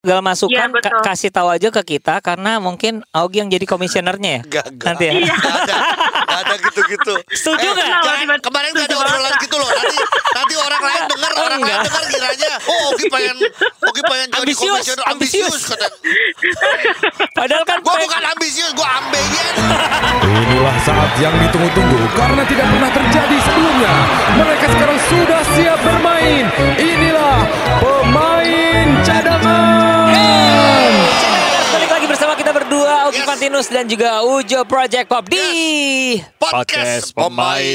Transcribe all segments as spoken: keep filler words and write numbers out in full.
Segala masukan Iya, betul. ka- kasih tahu aja ke kita karena mungkin Augie yang jadi komisionernya ya. Enggak, enggak. Nanti ya. Iya. Gak ada, gak ada gitu-gitu. Setuju Eh, nggak? jangan, Tiba-tiba kemarin gak ada setuju obrolan banget. gitu loh. Nanti nanti orang lain dengar, Oh, orang lain enggak. dengar kiranya, oh Ogi pengen, Ogi pengen jadi Ambisius, komisioner, ambisius. ambisius kata. Padahal kan Gue peng- bukan ambisius, gue ambeien. Inilah saat yang ditunggu-tunggu karena tidak pernah terjadi sebelumnya. Mereka sekarang sudah siap bermain. Inilah pemain cadangan. balik lagi bersama kita berdua, Augie Yes. Fantinus dan juga Ujo Project Pop di Podcast Pemain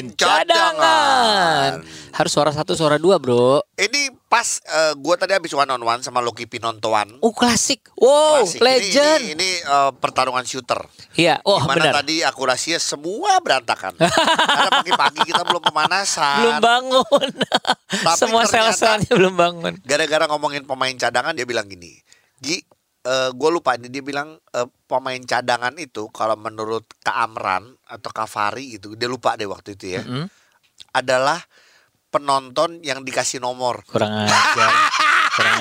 Cadangan. Harus suara satu, suara dua, bro. Ini pas uh, gue tadi habis one on one sama Loki Pinontoan. Oh, klasik. Wow, Klasik. Ini- legend. Ini, ini, uh, pertarungan shooter. Iya, oh Dimana benar. tadi akurasinya semua berantakan. Karena pagi-pagi kita belum pemanasan. Belum bangun. Tapi Semua ternyata- sel-selnya belum bangun. Gara-gara ngomongin pemain cadangan dia bilang gini, Gi, uh, gue lupa ini dia bilang uh, pemain cadangan itu kalau menurut Kak Amran atau Kak Fari gitu, dia lupa deh waktu itu ya, Mm-mm. adalah penonton yang dikasih nomor. Kurang ajar. Kurang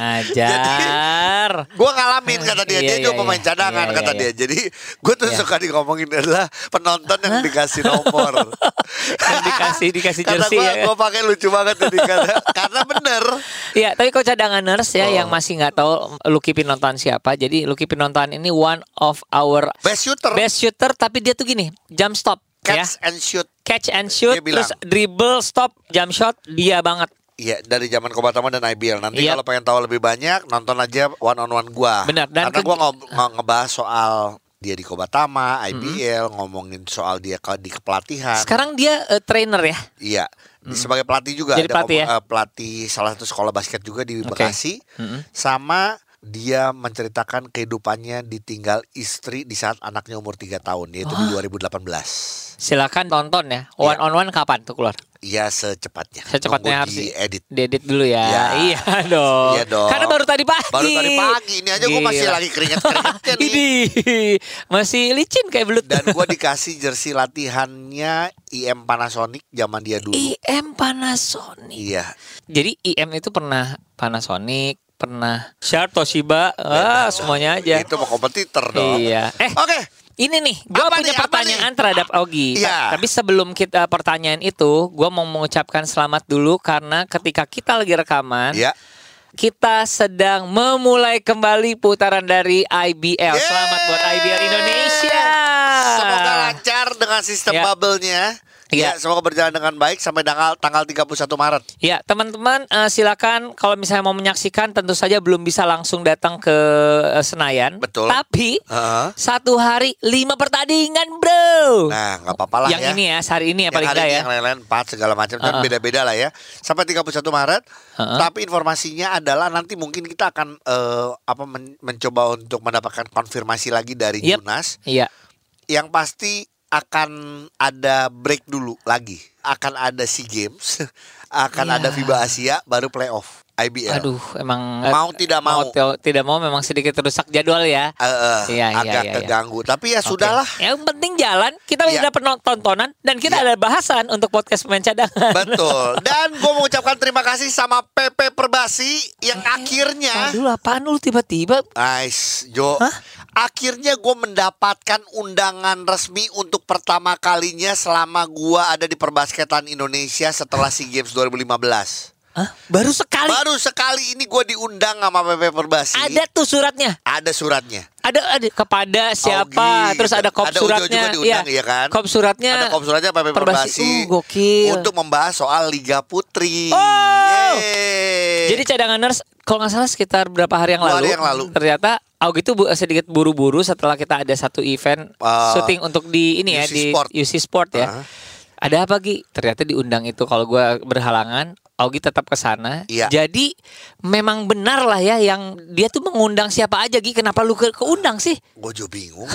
ajar. Gue ngalamin kata dia, Iya, dia iya, juga pemain iya. cadangan Iya, kata iya, dia. Jadi gue tuh Iya. suka ngomongin adalah penonton yang dikasih nomor. Yang dikasih dikasih Karena jersey gue ya. gue pakai lucu banget tadi karena karena bener. Iya, tapi kalau cadanganers ya Oh. yang masih nggak tahu Lucky Pinontoan siapa. Jadi Lucky Pinontoan ini one of our Best shooter, best shooter, tapi dia tuh gini, jump stop ya. catch and shoot. Catch and shoot, Dia bilang. terus dribble, stop, jump shot, dia banget. Iya, dari zaman Kobatama dan I B L. Nanti Iya. kalau pengen tahu lebih banyak, nonton aja one on one gua. Benar, dan Karena ke- gua ngob- nge- ngebahas soal dia di Kobatama, I B L, ngomongin soal dia ke- di kepelatihan. Sekarang dia eh, trainer ya. Iya, di- sebagai pelatih juga. Jadi Ada pelatih kom- ya? eh, pelatih salah satu sekolah basket juga di Oke. Bekasi. Mm-mm. Sama dia menceritakan kehidupannya ditinggal istri di saat anaknya umur tiga tahun, yaitu di dua ribu delapan belas. Silakan tonton ya. One Iya. on one kapan tuh keluar? Iya, secepatnya. Secepatnya Nunggu harus diedit. diedit dulu ya. Ya. Iya dong. Iya dong. Karena baru tadi pagi. Baru tadi pagi, ini aja gue masih Gila. lagi keringet-keringetnya nih. Ini masih licin kayak belut. Dan gue dikasih jersey latihannya I M Panasonic zaman dia dulu. I M Panasonic. Iya. Jadi I M itu pernah Panasonic, pernah Sharp, Toshiba, ah, semuanya aja. Itu mau kompetitor dong. Iya. Eh, Oke. ini nih, gue Apa punya nih, apa pertanyaan terhadap Augie. Iya. Tapi sebelum kita pertanyaan itu, gue mau mengucapkan selamat dulu karena ketika kita lagi rekaman, Iya. kita sedang memulai kembali putaran dari I B L. Yeay. Selamat buat I B L Indonesia. Semoga lancar dengan sistem Ya. bubble-nya. Iya. Ya, semoga berjalan dengan baik sampai tanggal tanggal tiga puluh satu Maret. Ya, teman-teman eh, silakan kalau misalnya mau menyaksikan tentu saja belum bisa langsung datang ke eh, Senayan. Betul. Tapi Heeh. satu hari lima pertandingan, bro. Nah, nggak apa-apa lah yang ya. ini ya, hari ini ya Yang paling hari enggak ini ya. yang lain-lain empat segala macam dan Uh-uh. beda-beda lah ya. Sampai tiga puluh satu Maret. Uh-uh. Tapi informasinya adalah nanti mungkin kita akan eh, apa men- mencoba untuk mendapatkan konfirmasi lagi dari Yep. Junas. Iya. Yang pasti akan ada break dulu lagi. Akan ada SEA Games, akan Iya. ada FIBA Asia, baru playoff I B L. Aduh, emang Mau tidak mau. ti- tidak mau memang sedikit rusak jadwal ya. Eh, eh, Iya, iya, agak iya, iya. keganggu. Tapi ya Oke. sudahlah. Yang penting jalan, kita Iya. udah dapat tontonan dan kita Iya. ada bahasan untuk podcast pemain cadangan. Betul. Dan gue mengucapkan terima kasih sama P P Perbasi yang akhirnya Aduh, apaan lu tiba-tiba? Nice, Jo. Hah? Akhirnya gue mendapatkan undangan resmi untuk pertama kalinya selama gue ada di perbasketan Indonesia setelah SEA Games dua ribu lima belas. Hah? Baru sekali. Baru sekali ini gue diundang sama P P Perbasi. Ada tuh suratnya. Ada suratnya. Ada, ada kepada siapa? Augie, Terus ada kop ada Ujo suratnya. juga diundang, iya kan? Kop suratnya. Ada kop suratnya P P Perbasi. Uh, gokil. Untuk membahas soal Liga Putri. Oh! Yeay. Jadi cadanganers, kalau nggak salah sekitar berapa hari yang Dua lalu, hari yang lalu. ternyata Augie itu bu- sedikit buru-buru setelah kita ada satu event Uh, syuting untuk di ini ya U C di Sport. U C Sport ya. Uh-huh. Ada apa Gi? Ternyata diundang itu kalau gue berhalangan, Augie tetap ke sana. Iya. Jadi memang benar lah ya yang dia tuh mengundang siapa aja Gi. Kenapa lu ke keundang sih? Gue juga bingung.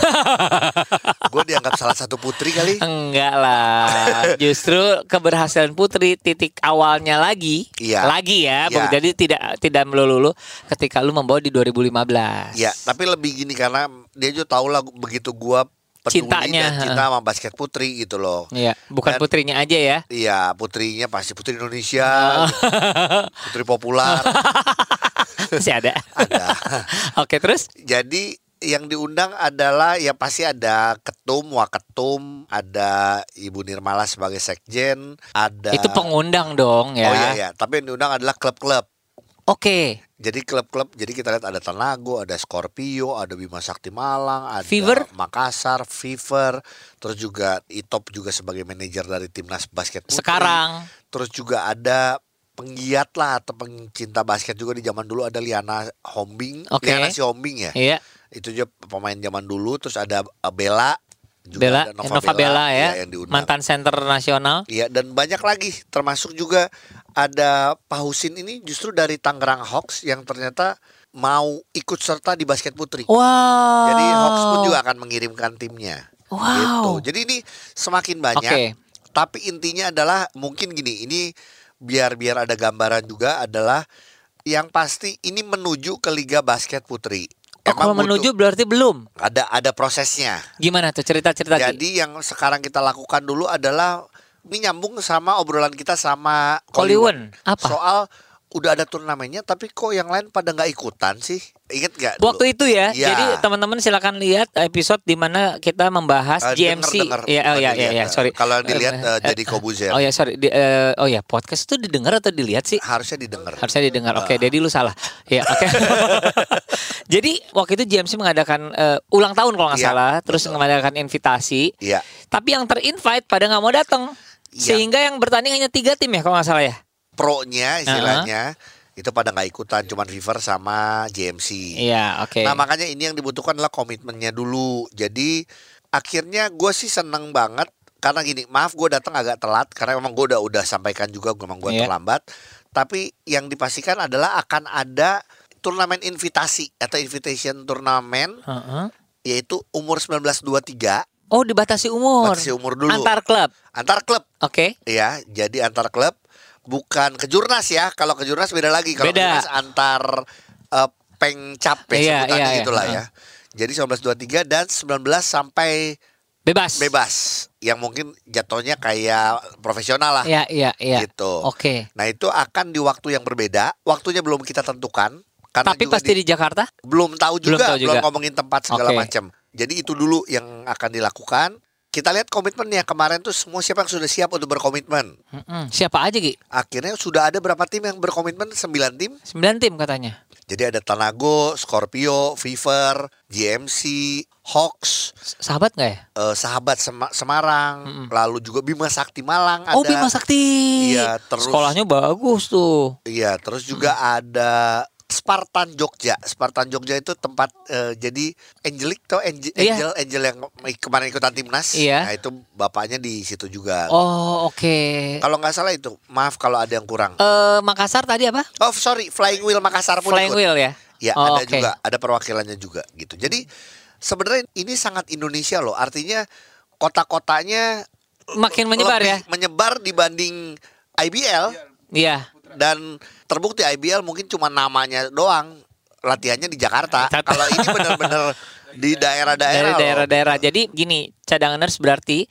Gue dianggap salah satu putri kali. Enggak lah. Justru keberhasilan Putri titik awalnya lagi, Iya. lagi ya. Iya. Jadi tidak tidak melulu ketika lu membawa di dua ribu lima belas. Ya, tapi lebih gini karena dia juga tahu lah begitu gue peduli Cintanya, dan cinta sama basket putri gitu loh. Iya, bukan Dan- putrinya aja ya. Iya, putrinya pasti putri Oh. Indonesia, gitu. Putri populer. Masih ada. Ada. Oke, terus? Jadi yang diundang adalah ya pasti ada ketum, waketum, ada Ibu Nirmala sebagai sekjen, ada Itu pengundang dong ya. Oh iya iya, tapi yang diundang adalah klub-klub. Oke. Jadi klub-klub, jadi kita lihat ada Tanago, ada Scorpio, ada Bima Sakti Malang, ada Fever? Makassar, Fever, terus juga Itop juga sebagai manajer dari timnas basket putri. Sekarang. Terus juga ada penggiat lah atau pencinta basket juga di zaman dulu ada Liana Hombing, Oke. Liana si Hombing ya. Iya. Itu juga pemain zaman dulu. Terus ada uh, Bella juga Bella, ada Nova, Bella, ya, yang diundang. mantan center nasional. Iya, dan banyak lagi termasuk juga ada Pak Husin ini justru dari Tangerang Hawks yang ternyata mau ikut serta di basket putri. Wow. Jadi Hawks pun juga akan mengirimkan timnya. Wow. Gitu. Jadi ini semakin banyak. Oke. Tapi intinya adalah mungkin gini, ini biar biar ada gambaran juga adalah yang pasti ini menuju ke Liga Basket Putri. Oh, kalau butuh- menuju berarti belum. ada ada prosesnya. Gimana tuh cerita-cerita? Ki? Jadi yang sekarang kita lakukan dulu adalah ini nyambung sama obrolan kita sama Koliwen. Apa? Soal udah ada turnamennya tapi kok yang lain pada nggak ikutan sih? Ingat nggak? dulu? Waktu itu ya. Iya. Jadi teman-teman silakan lihat episode di mana kita membahas Eh, G M C. denger, denger. Iya, oh Oh, ya, ya, dilihat. ya, sorry. Kalau yang dilihat, Eh, eh, eh, jadi Kobuzer. Oh ya, sorry. Di, eh, oh ya, podcast itu didengar atau dilihat sih? Harusnya didengar. Harusnya didengar. Oke, jadi lu salah. Ya, oke. Jadi waktu itu G M C mengadakan eh, ulang tahun kalau nggak Iya, salah, terus betul. mengadakan invitasi. Iya. Tapi yang terinvite pada nggak mau datang. Iya. Sehingga yang bertanding hanya tiga tim ya kalau nggak salah ya. Pro-nya istilahnya itu pada nggak ikutan, cuman Fever sama J M C. Iya, oke. Nah makanya ini yang dibutuhkan adalah komitmennya dulu. Jadi akhirnya gue sih seneng banget karena gini, maaf gue datang agak telat karena memang gue udah udah sampaikan juga memang gue Iya. terlambat. Tapi yang dipastikan adalah akan ada turnamen invitasi atau invitation turnamen Heeh. yaitu umur sembilan belas dua puluh tiga Oh, dibatasi umur. Batasi umur dulu. Antar klub. antar klub Oke. ya. Jadi antar klub bukan kejurnas ya. Kalau kejurnas beda lagi. Kalau Beda. kejurnas antar eh, pengcap ya Iya, sebutannya iya, iya. gitulah Heeh. ya. Jadi sembilan belas dua puluh tiga dan sembilan belas sampai Bebas. bebas yang mungkin jatuhnya kayak profesional lah Iya, iya, iya. gitu. Oke. Nah itu akan di waktu yang berbeda. Waktunya belum kita tentukan karena Tapi juga pasti di Jakarta? belum tahu Belum juga, tahu belum, juga. ngomongin tempat segala Oke. macam. Jadi itu dulu yang akan dilakukan. Kita lihat komitmennya kemarin tuh semua siapa yang sudah siap untuk berkomitmen. Mm-mm. Siapa aja, Ki? Akhirnya sudah ada berapa tim yang berkomitmen? sembilan tim. Sembilan tim katanya. Jadi ada Tanago, Scorpio, Fever, G M C, Hawks, S- Sahabat nggak ya? eh, Sahabat Sema- Semarang, Mm-mm. lalu juga Bima Sakti Malang ada. Oh, Bima Sakti. Iya, terus- Sekolahnya bagus tuh. Iya, terus juga ada Spartan Jogja. Spartan Jogja itu tempat eh, jadi Angelic tuh Angel, Iya. Angel Angel yang kemarin ikutan timnas. Iya. Nah, itu bapaknya di situ juga. Oh, oke. Kalau nggak salah itu, maaf kalau ada yang kurang. Eh, Makassar tadi apa? Oh, sorry, Flying Wheel Makassar pun Flying ikut. Wheel ya? Ya, Oh, ada oke. juga, ada perwakilannya juga gitu. Jadi sebenarnya ini sangat Indonesia loh. Artinya kota-kotanya Makin menyebar lebih ya? menyebar dibanding I B L. Iya. Dan terbukti I B L mungkin cuma namanya doang, latihannya di Jakarta. Jakarta. Kalau ini benar-benar di daerah-daerah Dari loh. daerah-daerah. Jadi gini, cadanganers berarti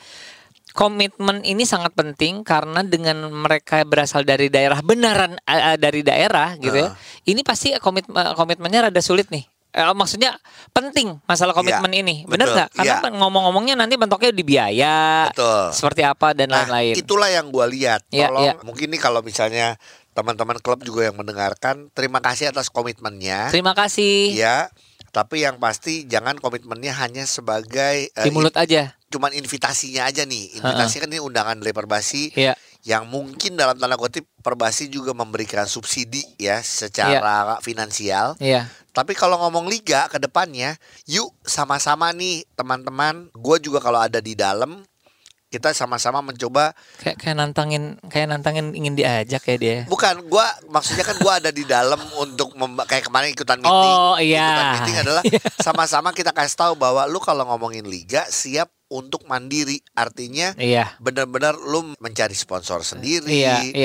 komitmen ini sangat penting karena dengan mereka berasal dari daerah benaran eh, eh, dari daerah gitu ya. Ini pasti komitmen komitmennya rada sulit nih. Eh, maksudnya penting masalah komitmen Iya, ini. Benar betul, nggak? Karena iya. ngomong-ngomongnya nanti bentuknya di biaya. Betul. Seperti apa dan Nah, lain-lain. itulah yang gue lihat. Iya, Tolong iya. mungkin nih kalau misalnya teman-teman klub juga yang mendengarkan, terima kasih atas komitmennya. Terima kasih. Ya, tapi yang pasti jangan komitmennya hanya sebagai eh, Di mulut aja. cuman invitasinya aja nih. Invitasi kan ini undangan dari Perbasi Iya. yang mungkin dalam tanda kutip Perbasi juga memberikan subsidi ya secara finansial. Iya. Tapi kalau ngomong liga ke depannya, yuk sama-sama nih teman-teman. Gue juga kalau ada di dalam, kita sama-sama mencoba. Kayak kayak nantangin kayak nantangin ingin diajak ya dia. Bukan, gue maksudnya kan gue ada di dalam untuk memba- kayak kemarin ikutan meeting. Oh, iya. Ikutan meeting adalah sama-sama kita kasih tahu bahwa lu kalau ngomongin liga siap untuk mandiri. Artinya Iya. benar-benar lu mencari sponsor sendiri. Iya, iya.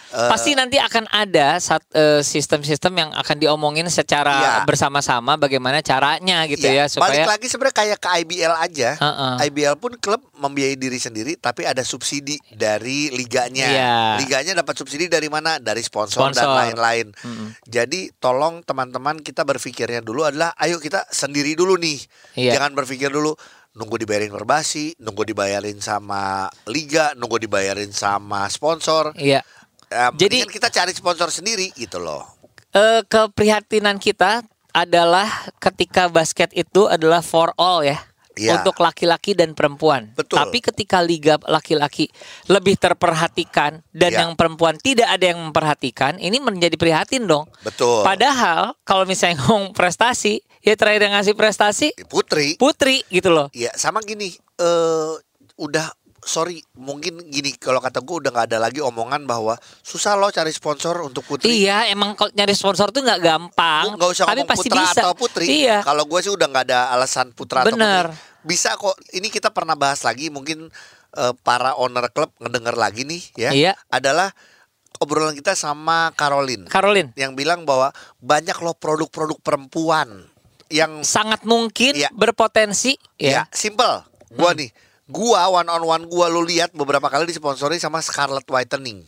Uh, Pasti nanti akan ada sat, uh, sistem-sistem yang akan diomongin secara Iya. bersama-sama bagaimana caranya gitu Iya, ya supaya balik lagi sebenarnya kayak ke I B L aja. Uh-uh. I B L pun klub membiayai diri sendiri tapi ada subsidi dari liganya. Iya. Liganya dapat subsidi dari mana? Dari sponsor, Sponsor. dan lain-lain. Mm-mm. Jadi tolong teman-teman kita berpikirnya dulu adalah ayo kita sendiri dulu nih. Iya. Jangan berpikir dulu nunggu dibayarin perbasi, nunggu dibayarin sama liga, nunggu dibayarin sama sponsor. Iya. Ya, Jadi- mendingan kita cari sponsor sendiri gitu loh. Uh, keprihatinan kita adalah ketika basket itu adalah for all ya. Iya. Untuk laki-laki dan perempuan. Betul. Tapi ketika liga laki-laki lebih terperhatikan dan Iya. yang perempuan tidak ada yang memperhatikan, ini menjadi prihatin dong. Betul. Padahal kalau misalnya ngomong prestasi, ya terakhir yang ngasih prestasi Putri. Putri gitu loh. Ya sama gini, eh udah sorry mungkin gini kalau kata gue udah nggak ada lagi omongan bahwa susah loh cari sponsor untuk Putri. Iya, emang kalau nyari sponsor tuh nggak gampang. Lu nggak usah tapi ngomong pasti Putra bisa. atau Putri. Iya. Kalau gue sih udah nggak ada alasan Putra Bener. atau Putri. Bisa kok. Ini kita pernah bahas lagi mungkin eh, para owner klub ngedenger lagi nih ya. Iya. Adalah obrolan kita sama Caroline Caroline, yang bilang bahwa banyak loh produk-produk perempuan yang sangat mungkin Iya. berpotensi ya, ya. simple. Gua Hmm. nih, gua one on one gua lu lihat beberapa kali disponsori sama Scarlet Whitening.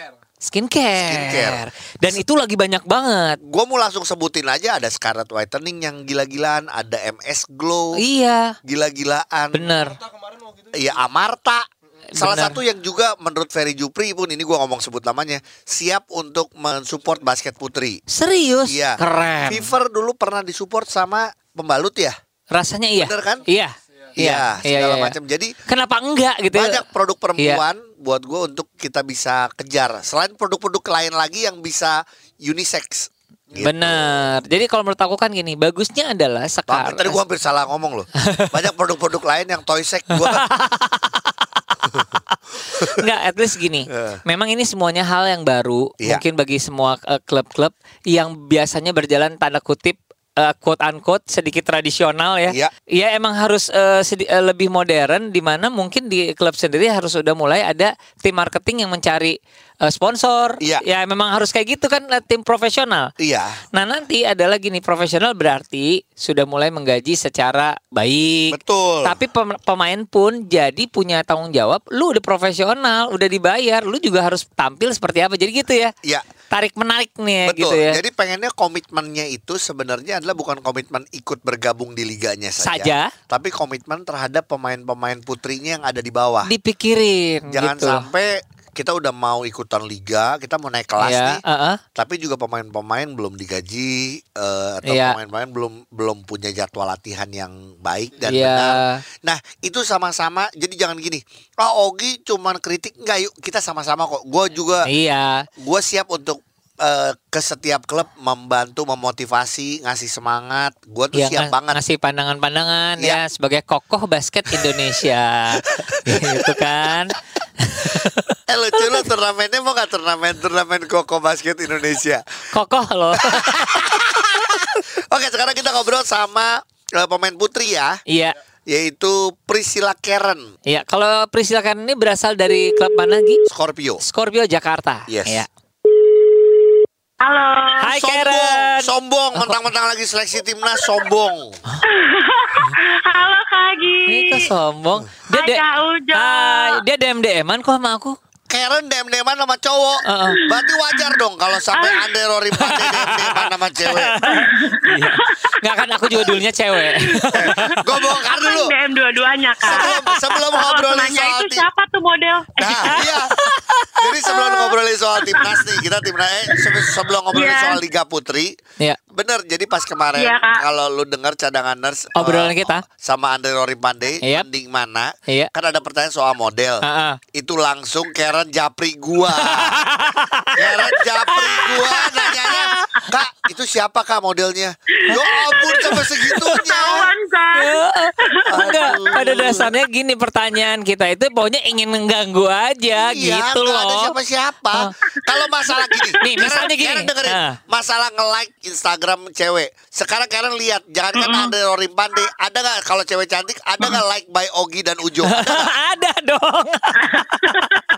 Skincare. Skincare. Dan itu lagi banyak banget. Gua mau langsung sebutin aja ada Scarlet Whitening yang gila-gilaan, ada M S Glow, Iya, gila-gilaan. bener. Iya, Amarta. Salah Benar. satu yang juga menurut Ferry Jupri pun ini gua ngomong sebut namanya, siap untuk mensupport basket putri. Serius, Iya. keren. Fever dulu pernah disupport sama pembalut ya? Rasanya iya. Bener kan? Iya. Iya, iya, segala iya. macam. Jadi Kenapa enggak gitu? banyak produk perempuan Iya. buat gue untuk kita bisa kejar. Selain produk-produk lain lagi yang bisa unisex. Gitu. Bener. Jadi kalau menurut aku kan gini, bagusnya adalah Hampir, sekarang. tadi gue hampir salah ngomong loh. Banyak produk-produk lain yang toy sex gue. Enggak, at least gini. Eh. Memang ini semuanya hal yang baru. Iya. Mungkin bagi semua eh, klub-klub yang biasanya berjalan tanda kutip eh, quote unquote sedikit tradisional ya. Iya. Iya emang harus eh, sedi- eh, lebih modern di mana mungkin di klub sendiri harus sudah mulai ada tim marketing yang mencari eh, sponsor. Iya. Ya memang harus kayak gitu kan eh, tim profesional. Iya. Nah nanti adalah gini, profesional berarti sudah mulai menggaji secara baik. Betul. Tapi pem- pemain pun jadi punya tanggung jawab. Lu udah profesional, udah dibayar, lu juga harus tampil seperti apa. Jadi gitu ya. Iya. Tarik menarik nih Betul. gitu ya. Jadi pengennya komitmennya itu sebenarnya adalah bukan komitmen ikut bergabung di liganya saja, Saja. tapi komitmen terhadap pemain-pemain putrinya yang ada di bawah. Dipikirin Jangan gitu. sampai kita udah mau ikutan liga, kita mau naik kelas ya, nih, uh-uh. tapi juga pemain-pemain belum digaji eh, atau Iya. pemain-pemain belum belum punya jadwal latihan yang baik dan Iya. benar. Nah itu sama-sama. Jadi jangan gini. Oh Ogi cuman kritik, enggak, yuk kita sama-sama kok. Gue juga, Iya. gue siap untuk eh, ke setiap klub membantu, memotivasi, ngasih semangat. Gue tuh Ya, siap ng- banget. ngasih pandangan-pandangan Iya. ya sebagai kokoh basket Indonesia. Gitu kan. Eh lucu lo turnamennya mau gak turnamen turnamen Koko Basket Indonesia? Kokoh loh. Oke sekarang kita ngobrol sama eh, pemain putri ya, Iya. yaitu Priscilla Karen, Iya, kalau Priscilla Karen ini berasal dari klub mana Gi? Scorpio. Scorpio Jakarta. Yes. Iya. Halo. Hai Sombong, Karen. sombong, mentang-mentang lagi seleksi timnas sombong. Halo Kak Gi. Ini kok sombong. Hai Kak Ujo. Hai, dia D M D M-an kok sama aku. Karen D M D M-an sama cowok. Heeh. Berarti wajar dong kalau sampai Andre Rory Pande D M D M-an sama cewek. Iya. Nggak kan aku juga dulunya cewek. Gue bongkar Aku dulu. D M dua-duanya Kak. Sebelum sebelum Kalau ngobrolin nanya soal itu tim- siapa tuh model? Nah, iya. Jadi sebelum ngobrolin soal timnas nih, kita timnas eh, se- sebelum ngobrolin Iya. soal Liga Putri, Iya. bener. Jadi pas kemarin Iya, Kak. kalau lu dengar cadangan nurse Obrolan eh, kita. sama Andre Rory Pandey, Yap. mending mana? Iya. Kan ada pertanyaan soal model. Heeh. Itu langsung Karen japri gua. Karen japri gua nanyanya, "Kak, itu siapa Kak modelnya?" Ya ampun sampai segitunya. Tawan Kak. Enggak, Aduh. pada dasarnya gini pertanyaan kita itu pokoknya ingin mengganggu aja Iya, gitu nggak ada loh. siapa-siapa. Oh. Kalau masalah gini, Nih, misalnya Karen, gini. Karen dengerin, Ah. masalah nge-like Instagram cewek. Sekarang Karen lihat, jangan kan Andre Rory Pandey, ada nggak kalau cewek cantik, ada nggak like by Ogi dan Ujo? Ada nggak? Ada dong.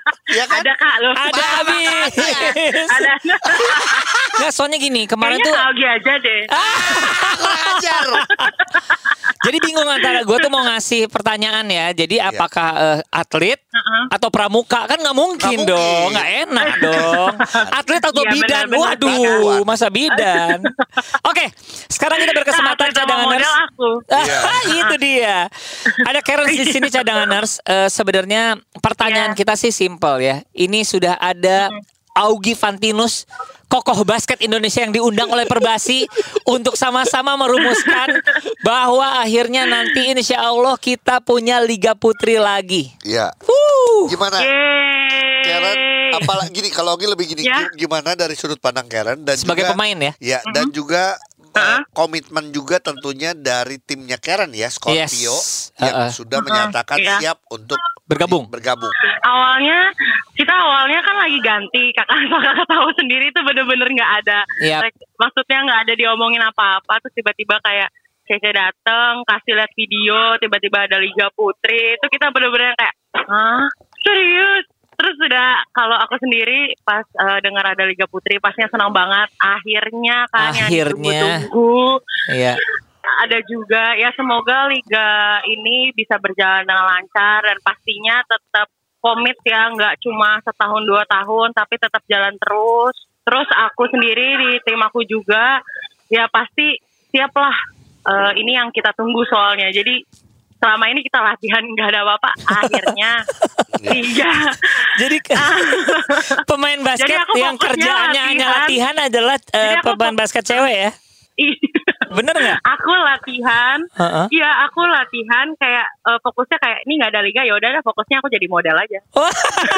Iya kan? Ada Kak loh. Ada habis. Ada. Nggak, soalnya gini, kemarin Kayaknya tuh Kak Ogi aja deh. Kurang ajar. jadi bingung antara gue tuh mau ngasih pertanyaan ya. Jadi apakah eh, atlet Uh-uh. atau pramuka? Kan nggak mungkin Nggak mungkin. dong, nggak enak dong. Atlet atau Iya, bidan? benar-benar. Waduh, masa bidan. Oke, sekarang kita berkesempatan Atlet sama cadanganers. model aku. Iya. Ah, itu dia. Ada Karen di sini cadanganers. Eh, sebenarnya pertanyaan Iya. kita sih simple ya. Ini sudah ada Augie Fantinus, kokoh basket Indonesia yang diundang oleh Perbasi untuk sama-sama merumuskan bahwa akhirnya nanti insya Allah kita punya Liga Putri lagi. Iya. Wuh. Gimana? Yeay. Karen, apalagi gini kalau Ogi lebih gini, Ya. gimana dari sudut pandang Karen dan Sebagai juga, pemain ya. Ya, dan juga Uh-huh. uh, komitmen juga tentunya dari timnya Karen ya, Scorpio Yes. yang Uh-uh. sudah Uh-uh. menyatakan Iya. siap untuk Bergabung. Bergabung. Awalnya kita awalnya kan lagi ganti, kakak kakak tahu sendiri itu bener-bener nggak ada. Yap. Like, maksudnya nggak ada diomongin apa-apa, terus tiba-tiba kayak Cece dateng kasih lihat video, tiba-tiba ada Liga Putri, itu kita bener-bener kayak, hah serius? Terus sudah kalau aku sendiri pas uh, dengar ada Liga Putri, pasnya senang banget. Akhirnya kan yang Akhirnya. ditunggu-tunggu. Iya. Ada juga ya, semoga liga ini bisa berjalan dengan lancar dan pastinya tetap komit ya, nggak cuma setahun dua tahun tapi tetap jalan terus. Terus aku sendiri di tim aku juga ya pasti siaplah. Uh, ini yang kita tunggu soalnya. Jadi selama ini kita latihan nggak ada apa-apa, akhirnya iya. Jadi pemain basket Jadi aku yang fokusnya kerjaannya hanya latihan. latihan adalah eh, Jadi aku pemain fokus- basket cewek ya. Bener nggak? Aku latihan, Heeh. iya aku latihan kayak uh, fokusnya kayak ini nggak ada liga, ya udah fokusnya aku jadi model aja. Wah,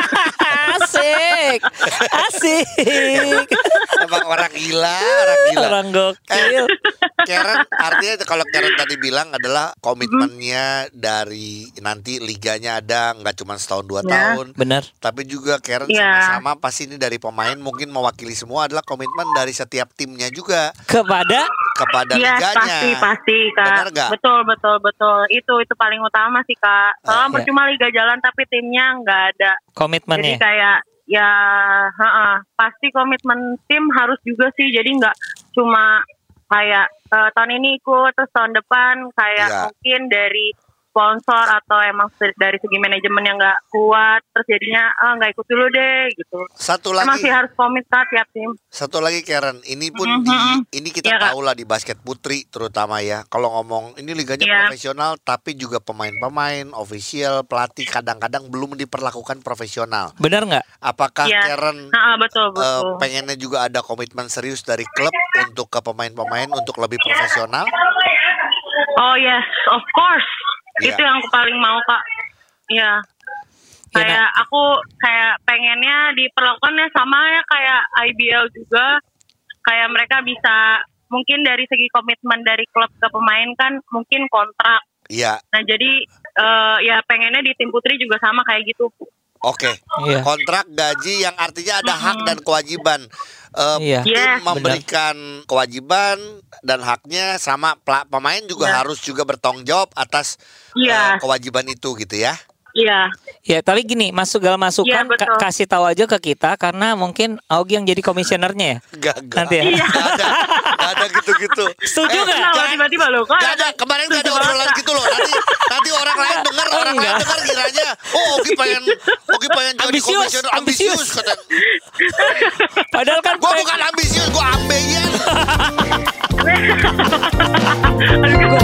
asik, asik. Emang orang gila, orang gila. Orang gokil. Karen, artinya kalau Karen tadi bilang adalah komitmennya dari nanti liganya ada nggak cuma setahun dua Ya. tahun, Bener. tapi juga Karen Ya. sama-sama pasti ini dari pemain mungkin mewakili semua adalah komitmen dari setiap timnya juga Kepada kepada Iya liganya. pasti pasti kak. Benar nggak? Betul betul betul. Itu itu paling utama sih kak. Soalnya Ah, iya. percuma liga jalan tapi timnya nggak ada. Jadi komitmennya. kayak ya, ha-ha, pasti komitmen tim harus juga sih. Jadi nggak cuma kayak eh, tahun ini ikut terus tahun depan kayak Iya. mungkin dari sponsor atau emang se- dari segi manajemen yang nggak kuat terus jadinya ah nggak ikut dulu deh gitu. Satu Emang lagi, sih harus komit kak tiap tim. satu lagi Karen, ini pun Mhm. di ini kita Iya, Kak. tahu lah di basket putri terutama ya. Kalau ngomong ini liganya Iya. profesional, tapi juga pemain-pemain, official, pelatih kadang-kadang belum diperlakukan profesional. Bener nggak? Apakah Iya. Karen Ha, betul eh, betul. pengennya juga ada komitmen serius dari klub untuk ke pemain-pemain untuk lebih profesional? Oh yes, of course. Iya. Itu yang aku paling mau kak. Iya. Ya, Kayak aku kayak pengennya diperlakukannya sama ya kayak I B L juga. Kayak mereka bisa mungkin dari segi komitmen dari klub ke pemain kan mungkin kontrak. Iya, Nah jadi eh, ya pengennya di tim putri juga sama kayak gitu. oke. Iya. Kontrak gaji yang artinya ada hak dan kewajiban. Eh, Iya. Tim Yes. memberikan kewajiban dan haknya sama pela- pemain juga Iya. harus juga bertanggung jawab atas Iya. eh, kewajiban itu gitu ya. Iya. Ya, tapi gini, masuk segala masukan Iya, betul. ka- kasih tahu aja ke kita karena mungkin Augie yang jadi komisionernya ya. Enggak, enggak. Nanti ya. Iya. Enggak ada, enggak ada gitu-gitu. Setuju Eh, nggak? Kenapa jangan- tiba-tiba lo kok? Gak ada, kemarin gak ada Setuju obrolan banget, Kak. gitu loh. Nanti nanti orang lain dengar, Oh, orang lain enggak. dengar kiranya, oh Ogi pengen Ogi pengen jadi Ambisius, komisioner ambisius. ambisius kata. Padahal kan Gua peng- bukan ambisius, gua ambeien. Aduh,